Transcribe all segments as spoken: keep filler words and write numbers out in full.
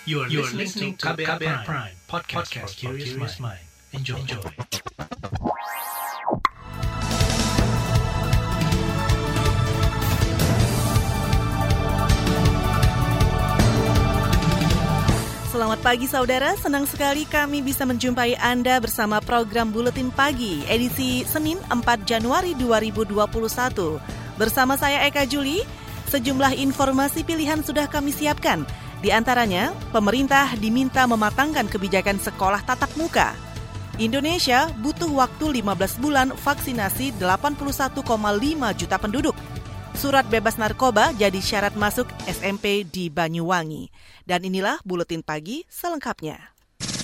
You are listening to K B R Prime, podcast for curious mind. Enjoy. Enjoy. Selamat pagi saudara, senang sekali kami bisa menjumpai Anda bersama program Buletin Pagi, edisi Senin empat Januari dua ribu dua puluh satu. Bersama saya Eka Juli, sejumlah informasi pilihan sudah kami siapkan. Di antaranya, pemerintah diminta mematangkan kebijakan sekolah tatap muka. Indonesia butuh waktu lima belas bulan vaksinasi delapan puluh satu koma lima juta penduduk. Surat bebas narkoba jadi syarat masuk S M P di Banyuwangi. Dan inilah Buletin Pagi selengkapnya.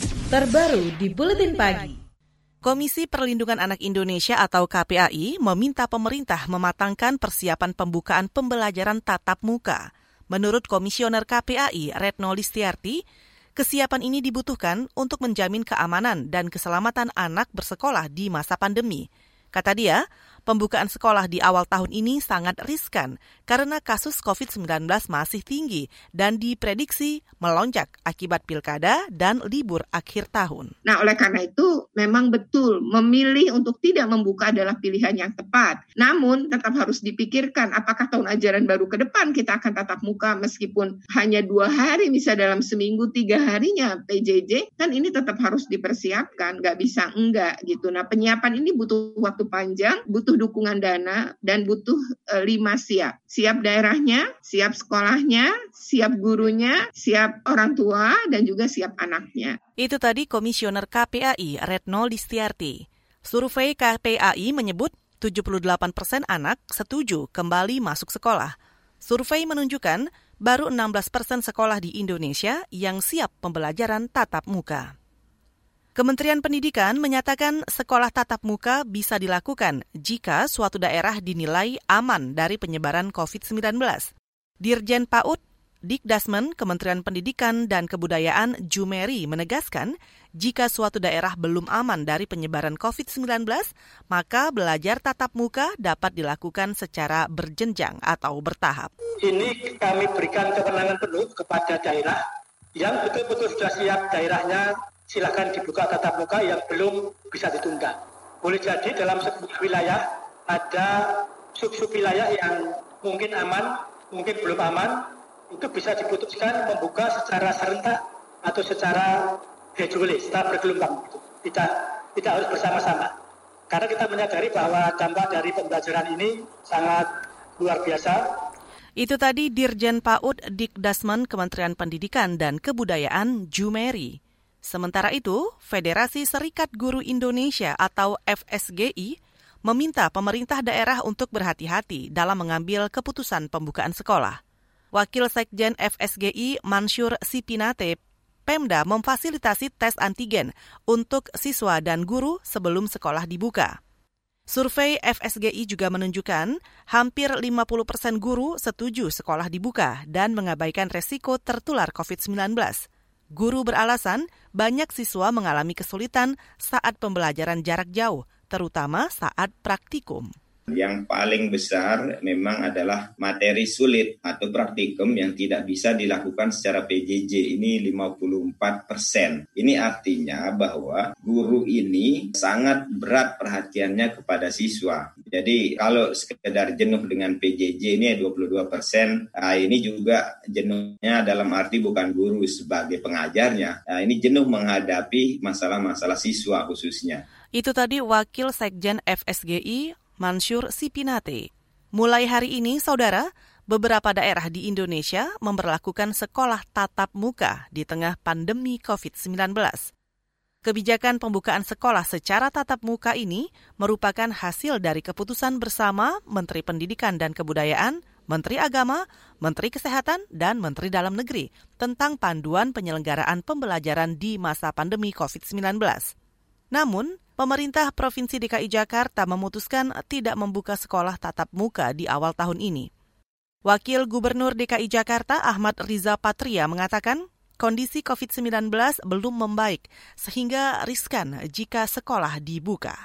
Terbaru di Buletin Pagi. Komisi Perlindungan Anak Indonesia atau K P A I meminta pemerintah mematangkan persiapan pembukaan pembelajaran tatap muka. Menurut Komisioner K P A I Retno Listiarti, kesiapan ini dibutuhkan untuk menjamin keamanan dan keselamatan anak bersekolah di masa pandemi. Kata dia, pembukaan sekolah di awal tahun ini sangat riskan karena kasus covid sembilan belas masih tinggi dan diprediksi melonjak akibat pilkada dan libur akhir tahun. Nah, oleh karena itu memang betul memilih untuk tidak membuka adalah pilihan yang tepat. Namun tetap harus dipikirkan apakah tahun ajaran baru ke depan kita akan tatap muka meskipun hanya dua hari, bisa dalam seminggu tiga harinya P J J, kan ini tetap harus dipersiapkan, nggak bisa enggak gitu. Nah, penyiapan ini butuh waktu panjang, butuh dukungan dana, dan butuh e, lima siap. Siap daerahnya, siap sekolahnya, siap gurunya, siap orang tua, dan juga siap anaknya. Itu tadi Komisioner K P A I Retno Listiarti. Survei K P A I menyebut tujuh puluh delapan persen anak setuju kembali masuk sekolah. Survei menunjukkan baru enam belas persen sekolah di Indonesia yang siap pembelajaran tatap muka. Kementerian Pendidikan menyatakan sekolah tatap muka bisa dilakukan jika suatu daerah dinilai aman dari penyebaran covid sembilan belas. Dirjen PAUD, Dikdasmen, Kementerian Pendidikan dan Kebudayaan Jumeri menegaskan jika suatu daerah belum aman dari penyebaran covid sembilan belas, maka belajar tatap muka dapat dilakukan secara berjenjang atau bertahap. Ini kami berikan kewenangan penuh kepada daerah yang betul-betul sudah siap daerahnya. Silakan dibuka tatap muka, yang belum bisa ditunda. Boleh jadi dalam sebuah wilayah ada sub-sub wilayah yang mungkin aman, mungkin belum aman, itu bisa diputuskan membuka secara serentak atau secara gradually, secara bergelombang. Tidak, tidak harus bersama-sama. Karena kita menyadari bahwa dampak dari pembelajaran ini sangat luar biasa. Itu tadi Dirjen PAUD Dikdasmen Kementerian Pendidikan dan Kebudayaan Jumeri. Sementara itu, Federasi Serikat Guru Indonesia atau F S G I meminta pemerintah daerah untuk berhati-hati dalam mengambil keputusan pembukaan sekolah. Wakil Sekjen F S G I Mansyur Sipinate, Pemda memfasilitasi tes antigen untuk siswa dan guru sebelum sekolah dibuka. Survei F S G I juga menunjukkan hampir lima puluh persen guru setuju sekolah dibuka dan mengabaikan resiko tertular covid sembilan belas. Guru beralasan banyak siswa mengalami kesulitan saat pembelajaran jarak jauh, terutama saat praktikum. Yang paling besar memang adalah materi sulit atau praktikum yang tidak bisa dilakukan secara P J J, ini lima puluh empat persen. Ini artinya bahwa guru ini sangat berat perhatiannya kepada siswa. Jadi kalau sekedar jenuh dengan P J J ini dua puluh dua persen, nah ini juga jenuhnya dalam arti bukan guru sebagai pengajarnya. Nah, ini jenuh menghadapi masalah-masalah siswa khususnya. Itu tadi Wakil Sekjen F S G I Mansyur Sipinate. Mulai hari ini, saudara, beberapa daerah di Indonesia memberlakukan sekolah tatap muka di tengah pandemi covid sembilan belas. Kebijakan pembukaan sekolah secara tatap muka ini merupakan hasil dari keputusan bersama Menteri Pendidikan dan Kebudayaan, Menteri Agama, Menteri Kesehatan, dan Menteri Dalam Negeri tentang panduan penyelenggaraan pembelajaran di masa pandemi covid sembilan belas. Namun, pemerintah Provinsi D K I Jakarta memutuskan tidak membuka sekolah tatap muka di awal tahun ini. Wakil Gubernur D K I Jakarta Ahmad Riza Patria mengatakan kondisi covid sembilan belas belum membaik sehingga riskan jika sekolah dibuka.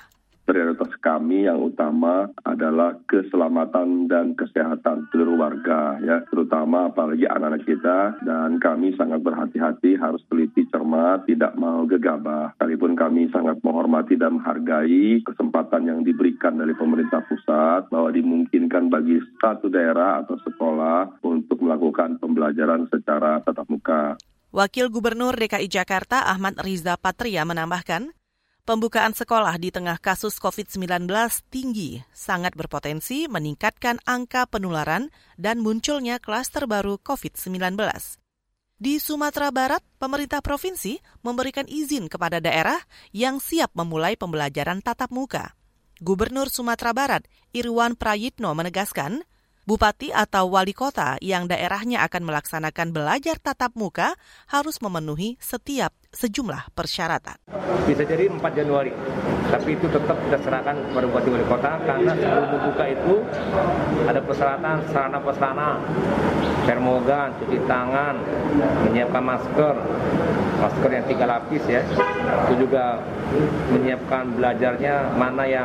prioritas kami yang utama adalah keselamatan dan kesehatan seluruh warga, ya, terutama apalagi anak-anak kita, dan kami sangat berhati-hati, harus teliti, cermat, tidak mau gegabah. Sekalipun kami sangat menghormati dan menghargai kesempatan yang diberikan dari pemerintah pusat bahwa dimungkinkan bagi satu daerah atau sekolah untuk melakukan pembelajaran secara tatap muka. Wakil Gubernur D K I Jakarta Ahmad Riza Patria menambahkan, pembukaan sekolah di tengah kasus covid sembilan belas tinggi sangat berpotensi meningkatkan angka penularan dan munculnya klaster baru covid sembilan belas. Di Sumatera Barat, pemerintah provinsi memberikan izin kepada daerah yang siap memulai pembelajaran tatap muka. Gubernur Sumatera Barat, Irwan Prayitno menegaskan, bupati atau wali kota yang daerahnya akan melaksanakan belajar tatap muka harus memenuhi setiap sejumlah persyaratan. Bisa jadi empat Januari, tapi itu tetap kita serahkan kepada bupati wali kota karena sebelum membuka itu ada persyaratan sarana-prasarana, termogan, cuci tangan, menyiapkan masker, masker yang tiga lapis ya, itu juga menyiapkan belajarnya mana yang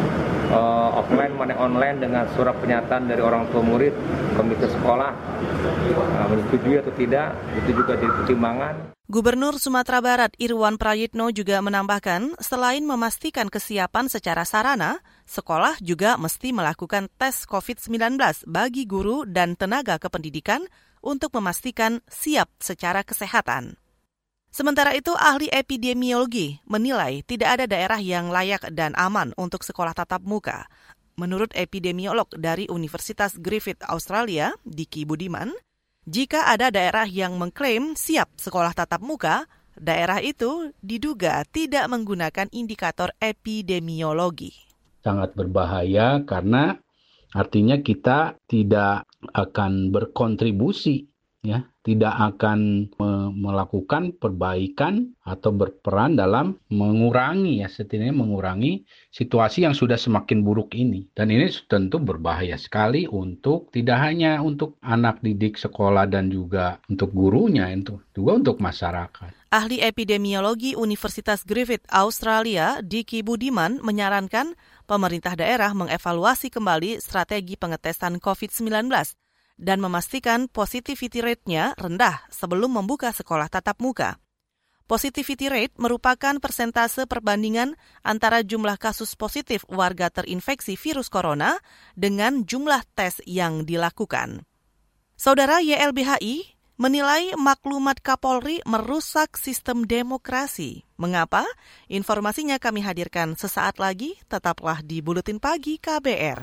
Uh, offline, mana online dengan surat pernyataan dari orang tua murid, komite sekolah, uh, menyetujui atau tidak, itu juga jadi pertimbangan. Gubernur Sumatera Barat Irwan Prayitno juga menambahkan, selain memastikan kesiapan secara sarana, sekolah juga mesti melakukan tes covid sembilan belas bagi guru dan tenaga kependidikan untuk memastikan siap secara kesehatan. Sementara itu, ahli epidemiologi menilai tidak ada daerah yang layak dan aman untuk sekolah tatap muka. Menurut epidemiolog dari Universitas Griffith Australia, Diki Budiman, jika ada daerah yang mengklaim siap sekolah tatap muka, daerah itu diduga tidak menggunakan indikator epidemiologi. Sangat berbahaya karena artinya kita tidak akan berkontribusi, ya, tidak akan me- melakukan perbaikan atau berperan dalam mengurangi, ya, setidaknya mengurangi situasi yang sudah semakin buruk ini. Dan ini tentu berbahaya sekali untuk tidak hanya untuk anak didik sekolah dan juga untuk gurunya, itu juga untuk masyarakat. Ahli epidemiologi Universitas Griffith Australia, Diki Budiman, menyarankan pemerintah daerah mengevaluasi kembali strategi pengetesan covid sembilan belas dan memastikan positivity rate-nya rendah sebelum membuka sekolah tatap muka. Positivity rate merupakan persentase perbandingan antara jumlah kasus positif warga terinfeksi virus corona dengan jumlah tes yang dilakukan. Saudara, Y L B H I menilai maklumat Kapolri merusak sistem demokrasi. Mengapa? Informasinya kami hadirkan sesaat lagi, tetaplah di Buletin Pagi K B R.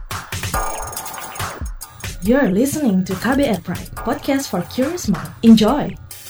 You're listening to K B R Prime, podcast for curious mind. Enjoy!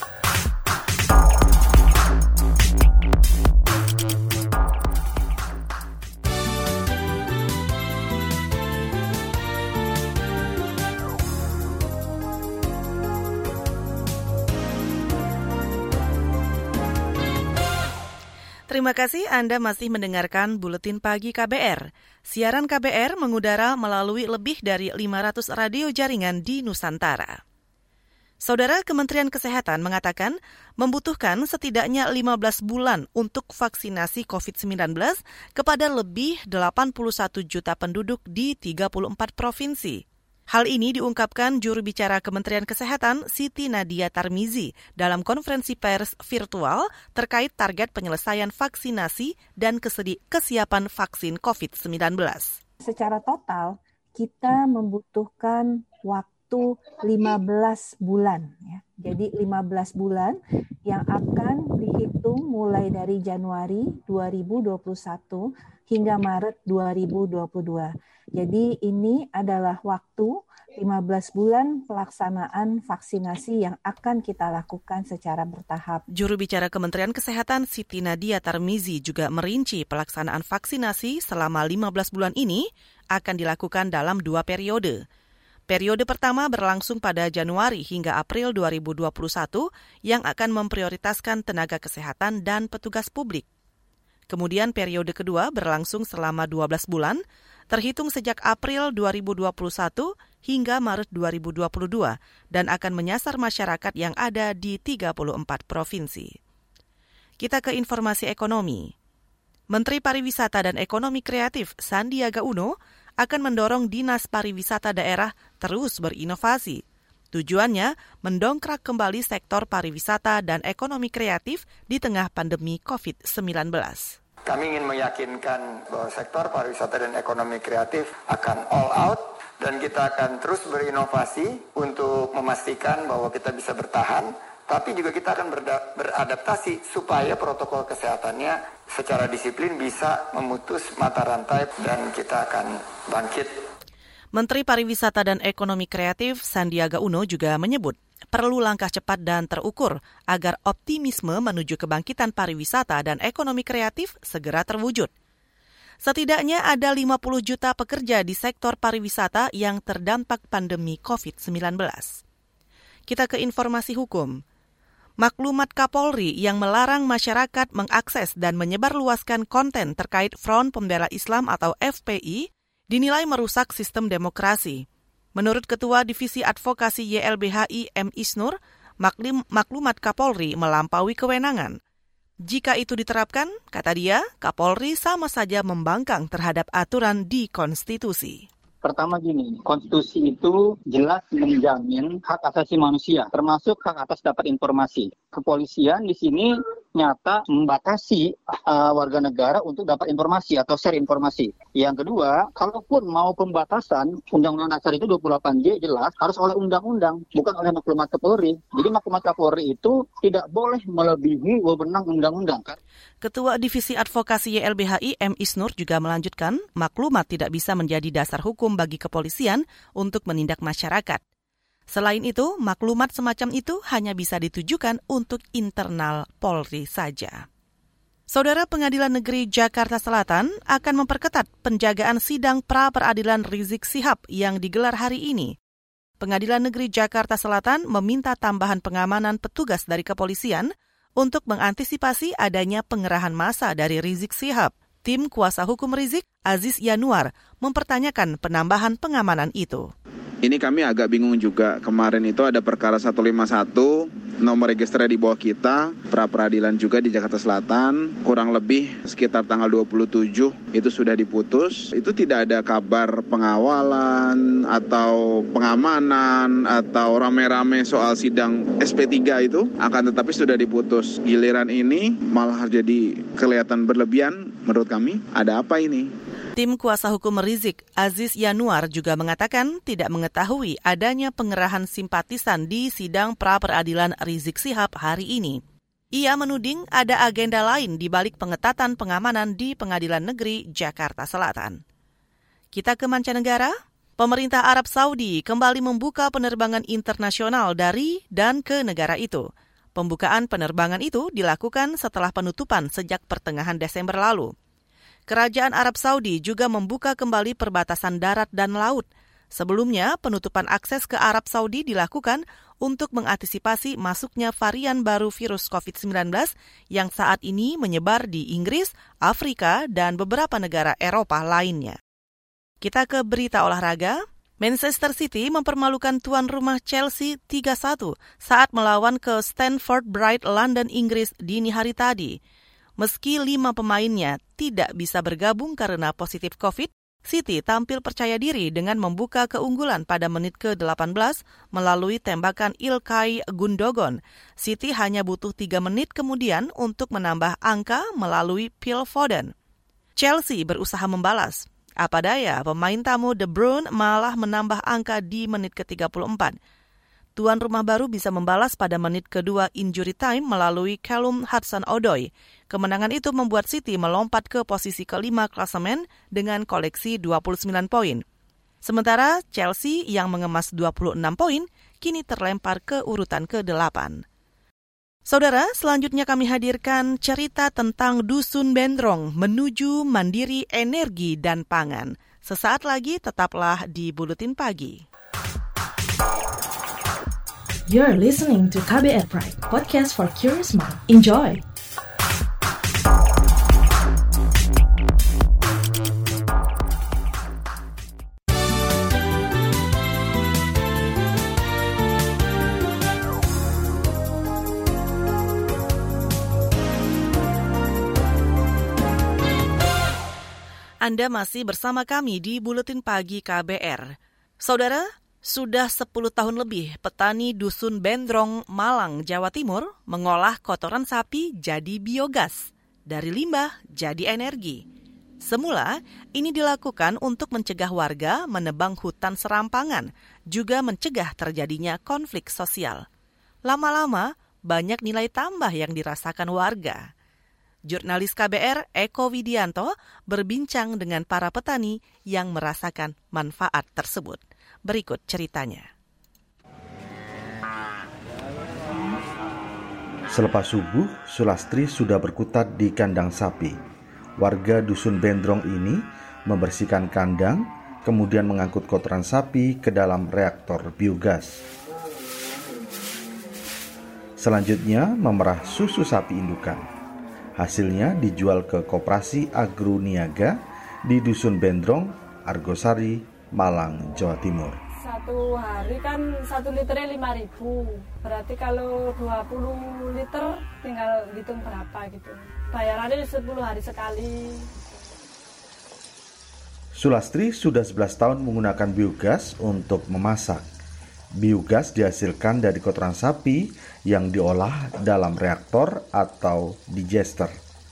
Terima kasih Anda masih mendengarkan Buletin Pagi K B R. Siaran K B R mengudara melalui lebih dari lima ratus radio jaringan di Nusantara. Saudara, Kementerian Kesehatan mengatakan membutuhkan setidaknya lima belas bulan untuk vaksinasi covid sembilan belas kepada lebih delapan puluh satu juta penduduk di tiga puluh empat provinsi. Hal ini diungkapkan juru bicara Kementerian Kesehatan Siti Nadia Tarmizi dalam konferensi pers virtual terkait target penyelesaian vaksinasi dan kesedi- kesiapan vaksin covid sembilan belas. Secara total, kita membutuhkan waktu lima belas bulan. Ya. Jadi lima belas bulan yang akan dihitung mulai dari Januari dua ribu dua puluh satu hingga Maret dua ribu dua puluh dua. Jadi ini adalah waktu lima belas bulan pelaksanaan vaksinasi yang akan kita lakukan secara bertahap. Juru bicara Kementerian Kesehatan Siti Nadia Tarmizi juga merinci pelaksanaan vaksinasi selama lima belas bulan ini akan dilakukan dalam dua periode. Periode pertama berlangsung pada Januari hingga April dua ribu dua puluh satu yang akan memprioritaskan tenaga kesehatan dan petugas publik. Kemudian periode kedua berlangsung selama dua belas bulan, terhitung sejak April dua ribu dua puluh satu hingga Maret dua ribu dua puluh dua dan akan menyasar masyarakat yang ada di tiga puluh empat provinsi. Kita ke informasi ekonomi. Menteri Pariwisata dan Ekonomi Kreatif Sandiaga Uno akan mendorong Dinas Pariwisata daerah terus berinovasi. Tujuannya mendongkrak kembali sektor pariwisata dan ekonomi kreatif di tengah pandemi covid sembilan belas. Kami ingin meyakinkan bahwa sektor pariwisata dan ekonomi kreatif akan all out dan kita akan terus berinovasi untuk memastikan bahwa kita bisa bertahan, tapi juga kita akan berda- beradaptasi supaya protokol kesehatannya secara disiplin bisa memutus mata rantai dan kita akan bangkit. Menteri Pariwisata dan Ekonomi Kreatif Sandiaga Uno juga menyebut perlu langkah cepat dan terukur agar optimisme menuju kebangkitan pariwisata dan ekonomi kreatif segera terwujud. Setidaknya ada lima puluh juta pekerja di sektor pariwisata yang terdampak pandemi covid sembilan belas. Kita ke informasi hukum. Maklumat Kapolri yang melarang masyarakat mengakses dan menyebarluaskan konten terkait Front Pembela Islam atau F P I dinilai merusak sistem demokrasi. Menurut Ketua Divisi Advokasi Y L B H I M. Isnur, maklim, maklumat Kapolri melampaui kewenangan. Jika itu diterapkan, kata dia, Kapolri sama saja membangkang terhadap aturan di konstitusi. Pertama gini, konstitusi itu jelas menjamin hak asasi manusia, termasuk hak atas dapat informasi. Kepolisian di sini nyata membatasi uh, warga negara untuk dapat informasi atau share informasi. Yang kedua, kalaupun mau pembatasan, Undang-Undang Dasar itu dua puluh delapan J jelas harus oleh undang-undang, bukan oleh maklumat Kapolri. Jadi maklumat Kapolri itu tidak boleh melebihi wewenang undang-undang. Ketua Divisi Advokasi Y L B H I M. Isnur juga melanjutkan, maklumat tidak bisa menjadi dasar hukum bagi kepolisian untuk menindak masyarakat. Selain itu, maklumat semacam itu hanya bisa ditujukan untuk internal Polri saja. Saudara, Pengadilan Negeri Jakarta Selatan akan memperketat penjagaan sidang pra-peradilan Rizik Syihab yang digelar hari ini. Pengadilan Negeri Jakarta Selatan meminta tambahan pengamanan petugas dari kepolisian untuk mengantisipasi adanya pengerahan massa dari Rizik Syihab. Tim kuasa hukum Rizik, Aziz Yanuar, mempertanyakan penambahan pengamanan itu. Ini kami agak bingung juga. Kemarin itu ada perkara seratus lima puluh satu, nomor registernya di bawah kita, pra-peradilan juga di Jakarta Selatan, kurang lebih sekitar tanggal dua puluh tujuh itu sudah diputus. Itu tidak ada kabar pengawalan atau pengamanan atau rame-rame soal sidang S P tiga itu, akan tetapi sudah diputus. Giliran ini malah jadi kelihatan berlebihan menurut kami. Ada apa ini? Tim kuasa hukum Rizik, Aziz Yanuar, juga mengatakan tidak mengetahui adanya pengerahan simpatisan di sidang pra-peradilan Rizik Syihab hari ini. Ia menuding ada agenda lain di balik pengetatan pengamanan di Pengadilan Negeri Jakarta Selatan. Kita ke mancanegara. Pemerintah Arab Saudi kembali membuka penerbangan internasional dari dan ke negara itu. Pembukaan penerbangan itu dilakukan setelah penutupan sejak pertengahan Desember lalu. Kerajaan Arab Saudi juga membuka kembali perbatasan darat dan laut. Sebelumnya, penutupan akses ke Arab Saudi dilakukan untuk mengantisipasi masuknya varian baru virus covid sembilan belas yang saat ini menyebar di Inggris, Afrika, dan beberapa negara Eropa lainnya. Kita ke berita olahraga. Manchester City mempermalukan tuan rumah Chelsea tiga satu saat melawan ke Stamford Bridge, London, Inggris dini hari tadi. Meski lima pemainnya tidak bisa bergabung karena positif COVID, City tampil percaya diri dengan membuka keunggulan pada menit ke delapan belas melalui tembakan Ilkay Gundogan. City hanya butuh tiga menit kemudian untuk menambah angka melalui Phil Foden. Chelsea berusaha membalas. Apa daya, pemain tamu De Bruyne malah menambah angka di menit ke tiga puluh empat. Tuan rumah baru bisa membalas pada menit kedua injury time melalui Callum Hudson-Odoi. Kemenangan itu membuat City melompat ke posisi kelima klasemen dengan koleksi dua puluh sembilan poin. Sementara Chelsea yang mengemas dua puluh enam poin kini terlempar ke urutan kedelapan. Saudara, selanjutnya kami hadirkan cerita tentang Dusun Bendrong menuju mandiri energi dan pangan. Sesaat lagi tetaplah di Buletin Pagi. You're listening to K B R Pride, podcast for curious mind. Enjoy! Anda masih bersama kami di Buletin Pagi K B R. Saudara, sudah sepuluh tahun lebih petani Dusun Bendrong, Malang, Jawa Timur mengolah kotoran sapi jadi biogas, dari limbah jadi energi. Semula, ini dilakukan untuk mencegah warga menebang hutan serampangan, juga mencegah terjadinya konflik sosial. Lama-lama, banyak nilai tambah yang dirasakan warga. Jurnalis K B R Eko Widianto berbincang dengan para petani yang merasakan manfaat tersebut. Berikut ceritanya. Selepas subuh, Sulastri sudah berkutat di kandang sapi. Warga Dusun Bendrong ini membersihkan kandang, kemudian mengangkut kotoran sapi ke dalam reaktor biogas. Selanjutnya, memerah susu sapi indukan. Hasilnya dijual ke Koperasi Agroniaga di Dusun Bendrong, Argosari, Malang, Jawa Timur. Satu hari kan satu liternya lima ribu. Berarti kalau dua puluh liter tinggal hitung berapa gitu. Bayarannya sepuluh hari sekali. Sulastri sudah sebelas tahun menggunakan biogas untuk memasak. Biogas dihasilkan dari kotoran sapi yang diolah dalam reaktor atau digester.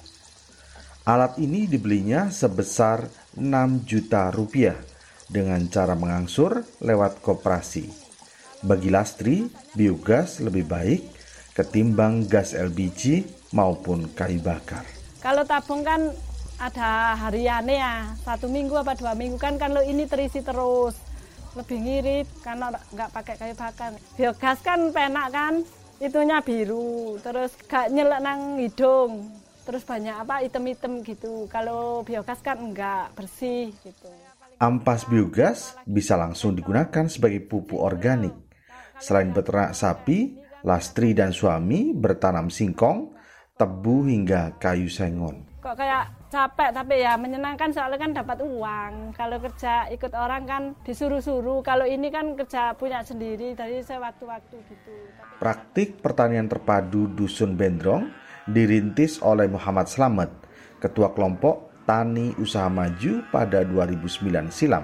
Alat ini dibelinya sebesar enam juta rupiah dengan cara mengangsur lewat koperasi. Bagi Lastri, biogas lebih baik ketimbang gas L P G maupun kayu bakar. Kalau tabung kan ada hariannya ya, satu minggu apa dua minggu kan, kalau ini terisi terus. Lebih ngirit karena nggak pakai kayu bakar. Biogas kan penak kan, itunya biru, terus gak nyelek nang hidung, terus banyak apa item-item gitu. Kalau biogas kan enggak, bersih gitu. Ampas biogas bisa langsung digunakan sebagai pupuk organik. Selain beternak sapi, Lastri dan suami bertanam singkong, tebu hingga kayu sengon. Kok kayak capek tapi ya menyenangkan soalnya kan dapat uang. Kalau kerja ikut orang kan disuruh-suruh. Kalau ini kan kerja punya sendiri, dari saya waktu-waktu gitu. Praktik pertanian terpadu Dusun Bendrong dirintis oleh Muhammad Slamet, Ketua Kelompok Tani Usaha Maju pada dua ribu sembilan silam.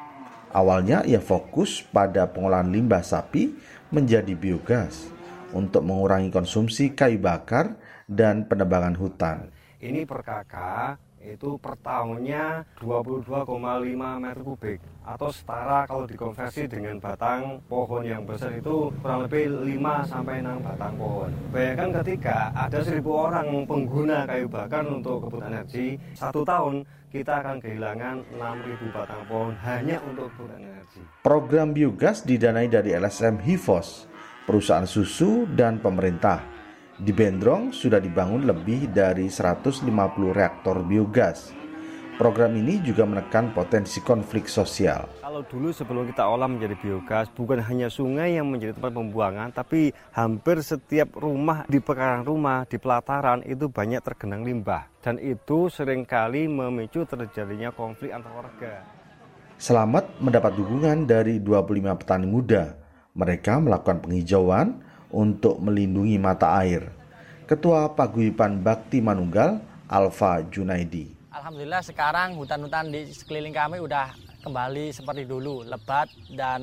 Awalnya ia fokus pada pengolahan limbah sapi menjadi biogas untuk mengurangi konsumsi kayu bakar dan penebangan hutan. Ini per kakak itu per tahunnya dua puluh dua koma lima meter kubik atau setara kalau dikonversi dengan batang pohon yang besar itu kurang lebih lima sampai enam batang pohon. Bayangkan ketika ada seribu orang pengguna kayu bakar untuk kebutuhan energi, satu tahun kita akan kehilangan enam ribu batang pohon hanya untuk kebutuhan energi. Program biogas didanai dari L S M Hivos, perusahaan susu dan pemerintah. Di Bendrong sudah dibangun lebih dari seratus lima puluh reaktor biogas. Program ini juga menekan potensi konflik sosial. Kalau dulu sebelum kita olah menjadi biogas, bukan hanya sungai yang menjadi tempat pembuangan, tapi hampir setiap rumah di pekarangan rumah, di pelataran itu banyak tergenang limbah. Dan itu seringkali memicu terjadinya konflik antar warga. Slamet mendapat dukungan dari dua puluh lima petani muda. Mereka melakukan penghijauan untuk melindungi mata air. Ketua Paguyuban Bakti Manunggal, Alfa Junaidi. Alhamdulillah sekarang hutan-hutan di sekeliling kami udah kembali seperti dulu, lebat dan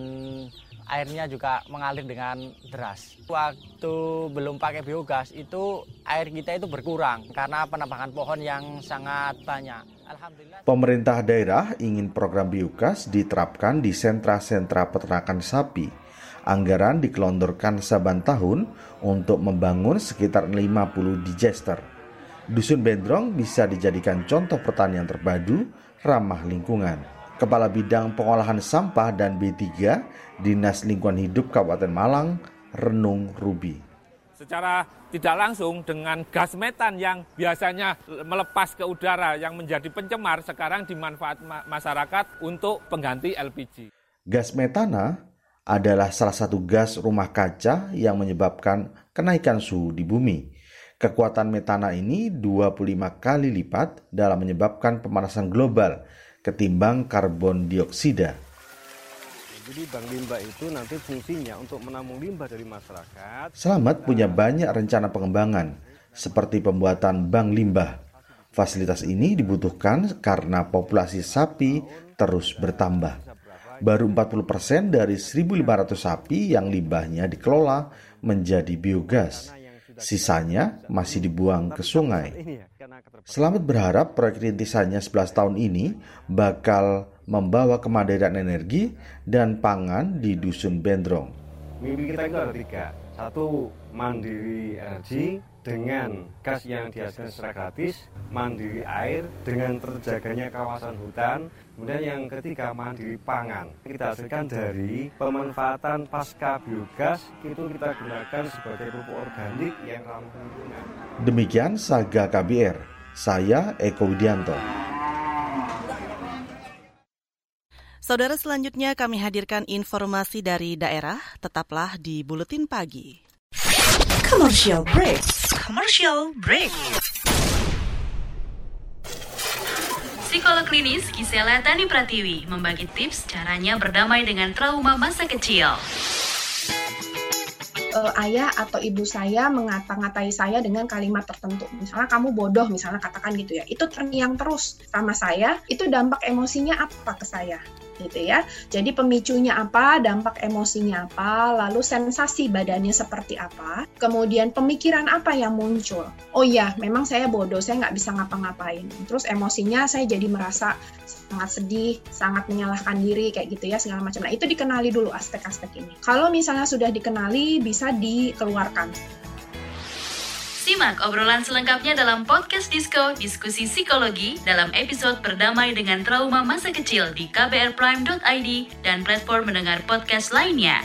airnya juga mengalir dengan deras. Waktu belum pakai biogas itu air kita itu berkurang karena penebangan pohon yang sangat banyak. Alhamdulillah. Pemerintah daerah ingin program biogas diterapkan di sentra-sentra peternakan sapi. Anggaran dikelontorkan saban tahun untuk membangun sekitar lima puluh digester. Dusun Bendrong bisa dijadikan contoh pertanian terpadu ramah lingkungan. Kepala Bidang Pengolahan Sampah dan B tiga Dinas Lingkungan Hidup Kabupaten Malang, Renung Ruby. Secara tidak langsung dengan gas metan yang biasanya melepas ke udara yang menjadi pencemar, sekarang dimanfaatkan masyarakat untuk pengganti L P G. Gas metana adalah salah satu gas rumah kaca yang menyebabkan kenaikan suhu di bumi. Kekuatan metana ini dua puluh lima kali lipat dalam menyebabkan pemanasan global ketimbang karbon dioksida. Jadi bank limbah itu nanti fungsinya untuk menampung limbah dari masyarakat. Slamet punya banyak rencana pengembangan, seperti pembuatan bank limbah. Fasilitas ini dibutuhkan karena populasi sapi terus bertambah. Baru empat puluh persen dari seribu lima ratus sapi yang limbahnya dikelola menjadi biogas. Sisanya masih dibuang ke sungai. Selamat berharap proyek rintisannya sebelas tahun ini bakal membawa kemandirian energi dan pangan di Dusun Bendrong. Mimpi kita itu ada tiga. Satu, mandiri energi dengan gas yang dihasilkan secara gratis, mandiri air dengan terjaganya kawasan hutan, kemudian yang ketiga mandiri pangan. Kita hasilkan dari pemanfaatan pasca biogas, itu kita gunakan sebagai pupuk organik yang ramah lingkungan. Demikian Saga K B R, saya Eko Widianto. Saudara, selanjutnya kami hadirkan informasi dari daerah. Tetaplah di Buletin Pagi. Commercial break. Commercial break. Psikolog klinis Gisela Tani Pratiwi membagi tips caranya berdamai dengan trauma masa kecil. Uh, ayah atau ibu saya mengata-ngatai saya dengan kalimat tertentu. Misalnya kamu bodoh, misalnya katakan gitu ya. Itu terngiang terus sama saya, itu dampak emosinya apa ke saya? Gitu ya. Jadi pemicunya apa, dampak emosinya apa, lalu sensasi badannya seperti apa, kemudian pemikiran apa yang muncul. Oh iya, memang saya bodoh, saya nggak bisa ngapa-ngapain. Terus emosinya saya jadi merasa sangat sedih, sangat menyalahkan diri, kayak gitu ya, segala macam. Nah, itu dikenali dulu aspek-aspek ini. Kalau misalnya sudah dikenali, bisa dikeluarkan. Simak obrolan selengkapnya dalam podcast Disko, Diskusi Psikologi, dalam episode Berdamai dengan Trauma Masa Kecil di k b r prime dot i d dan platform mendengar podcast lainnya.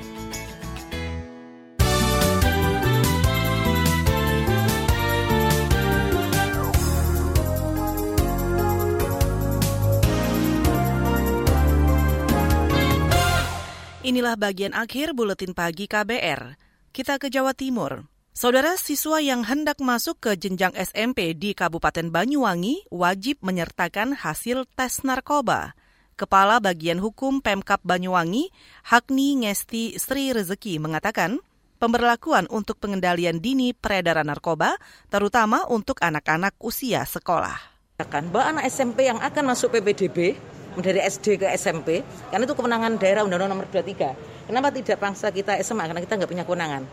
Inilah bagian akhir Buletin Pagi K B R. Kita ke Jawa Timur. Saudara, siswa yang hendak masuk ke jenjang S M P di Kabupaten Banyuwangi wajib menyertakan hasil tes narkoba. Kepala Bagian Hukum Pemkab Banyuwangi, Hakni Ngesti Sri Rezeki mengatakan, pemberlakuan untuk pengendalian dini peredaran narkoba, terutama untuk anak-anak usia sekolah. Bahwa anak S M P yang akan masuk P P D B, dari S D ke S M P, karena itu kewenangan daerah Undang-Undang Nomor dua puluh tiga. Kenapa tidak paksa kita S M A? Karena kita nggak punya kewenangan.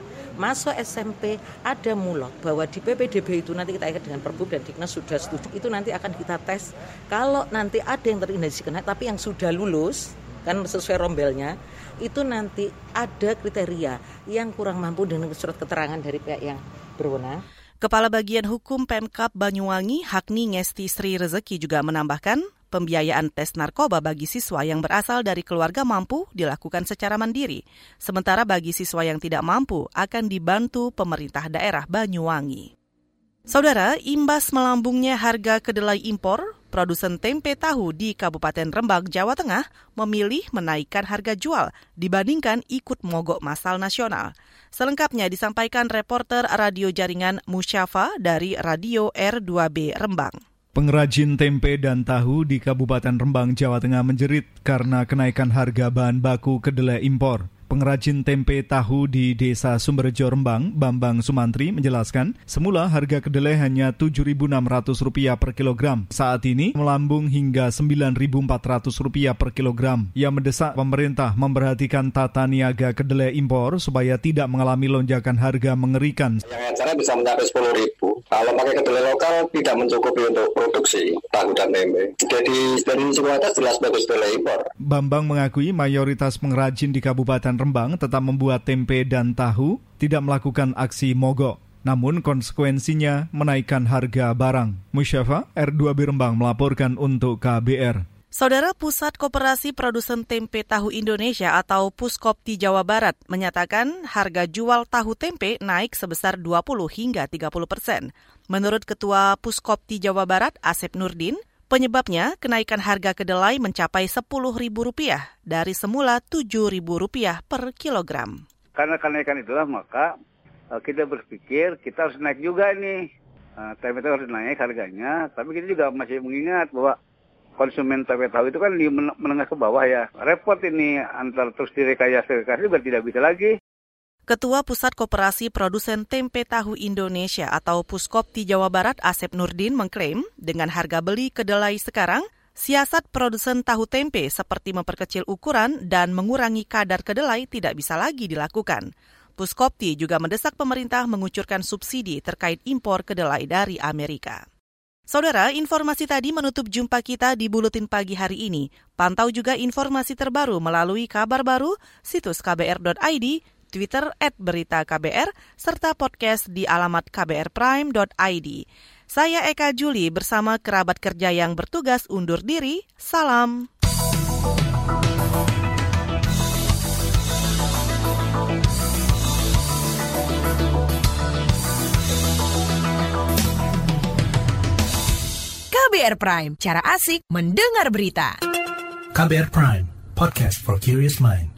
Masuk S M P ada mulok bahwa di P P D B itu nanti kita ikat dengan Perbub dan Diknas sudah setuju, itu nanti akan kita tes. Kalau nanti ada yang terindikasi kena tapi yang sudah lulus kan sesuai rombelnya, itu nanti ada kriteria yang kurang mampu dengan surat keterangan dari pihak yang berwenang. Kepala Bagian Hukum Pemkab Banyuwangi, Hakni Ngesti Sri Rezeki juga menambahkan, pembiayaan tes narkoba bagi siswa yang berasal dari keluarga mampu dilakukan secara mandiri. Sementara bagi siswa yang tidak mampu akan dibantu pemerintah daerah Banyuwangi. Saudara, imbas melambungnya harga kedelai impor, produsen tempe tahu di Kabupaten Rembang, Jawa Tengah memilih menaikkan harga jual dibandingkan ikut mogok massal nasional. Selengkapnya disampaikan reporter radio jaringan Musyafa dari Radio R dua B Rembang. Pengrajin tempe dan tahu di Kabupaten Rembang, Jawa Tengah menjerit karena kenaikan harga bahan baku kedelai impor. Pengrajin tempe tahu di Desa Sumberjo Rembang, Bambang Sumantri menjelaskan, semula harga kedelai hanya tujuh ribu enam ratus rupiah per kilogram. Saat ini melambung hingga sembilan ribu empat ratus rupiah per kilogram. Ia mendesak pemerintah memperhatikan tata niaga kedelai impor supaya tidak mengalami lonjakan harga mengerikan. Yang acara bisa mencapai sepuluh ribu. Kalau pakai kedelai lokal tidak mencukupi untuk produksi tahu dan tempe. Jadi dari semua atas jelas bagus kedelai impor. Bambang mengakui mayoritas pengrajin di Kabupaten Rembang tetap membuat tempe dan tahu, tidak melakukan aksi mogok. Namun konsekuensinya menaikkan harga barang. Musyafa, R dua B Rembang melaporkan untuk K B R. Saudara, Pusat Koperasi Produsen Tempe Tahu Indonesia atau Puskopti Jawa Barat menyatakan harga jual tahu tempe naik sebesar dua puluh hingga tiga puluh persen. Menurut Ketua Puskopti Jawa Barat, Asep Nurdin, penyebabnya kenaikan harga kedelai mencapai sepuluh ribu rupiah dari semula tujuh ribu rupiah per kilogram. Karena kenaikan itulah maka kita berpikir kita harus naik juga nih. Tempe itu harus naik harganya, tapi kita juga masih mengingat bahwa konsumen tempe tahu itu kan di menengah ke bawah ya. Repot ini antar terus direkayasa-rekayasa juga tidak bisa lagi. Ketua Pusat Koperasi Produsen Tempe Tahu Indonesia atau Puskopti Jawa Barat Asep Nurdin mengklaim dengan harga beli kedelai sekarang, siasat produsen tahu tempe seperti memperkecil ukuran dan mengurangi kadar kedelai tidak bisa lagi dilakukan. Puskopti juga mendesak pemerintah mengucurkan subsidi terkait impor kedelai dari Amerika. Saudara, informasi tadi menutup jumpa kita di Buletin Pagi hari ini. Pantau juga informasi terbaru melalui kabar baru, situs k b r dot i d, Twitter at berita K B R, serta podcast di alamat k b r prime dot i d. Saya Eka Juli bersama kerabat kerja yang bertugas undur diri. Salam. K B R Prime, cara asik mendengar berita. K B R Prime, podcast for curious mind.